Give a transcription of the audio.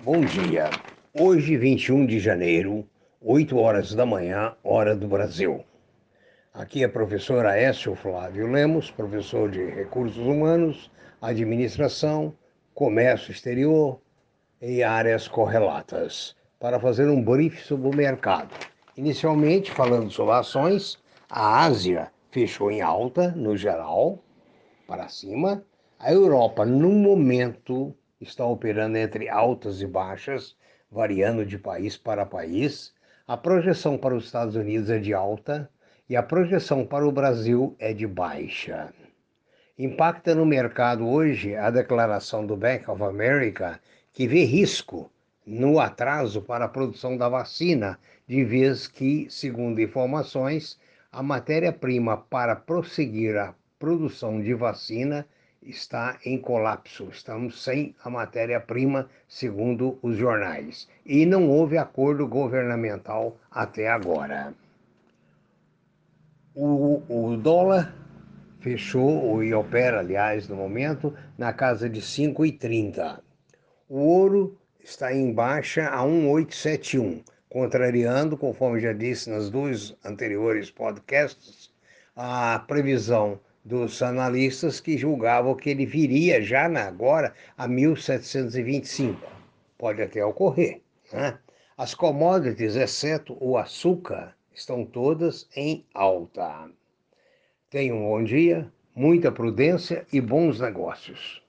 Bom dia. Hoje, 21 de janeiro, 8 horas da manhã, hora do Brasil. Aqui é professor Aécio Flávio Lemos, professor de Recursos Humanos, Administração, Comércio Exterior e áreas correlatas, para fazer um brief sobre o mercado. Inicialmente, falando sobre ações, a Ásia fechou em alta, no geral, para cima. A Europa, no momento, está operando entre altas e baixas, variando de país para país. A projeção para os Estados Unidos é de alta e a projeção para o Brasil é de baixa. Impacta no mercado hoje a declaração do Bank of America, que vê risco no atraso para a produção da vacina, de vez que, segundo informações, a matéria-prima para prosseguir a produção de vacina está em colapso. Estamos sem a matéria-prima, segundo os jornais. E não houve acordo governamental até agora. O dólar fechou e opera, aliás, no momento, na casa de 5,30. O ouro está em baixa a 1,871, contrariando, conforme já disse nos dois anteriores podcasts, a previsão dos analistas que julgavam que ele viria já agora a 1.725. Pode até ocorrer, né? As commodities, exceto o açúcar, estão todas em alta. Tenha um bom dia, muita prudência e bons negócios.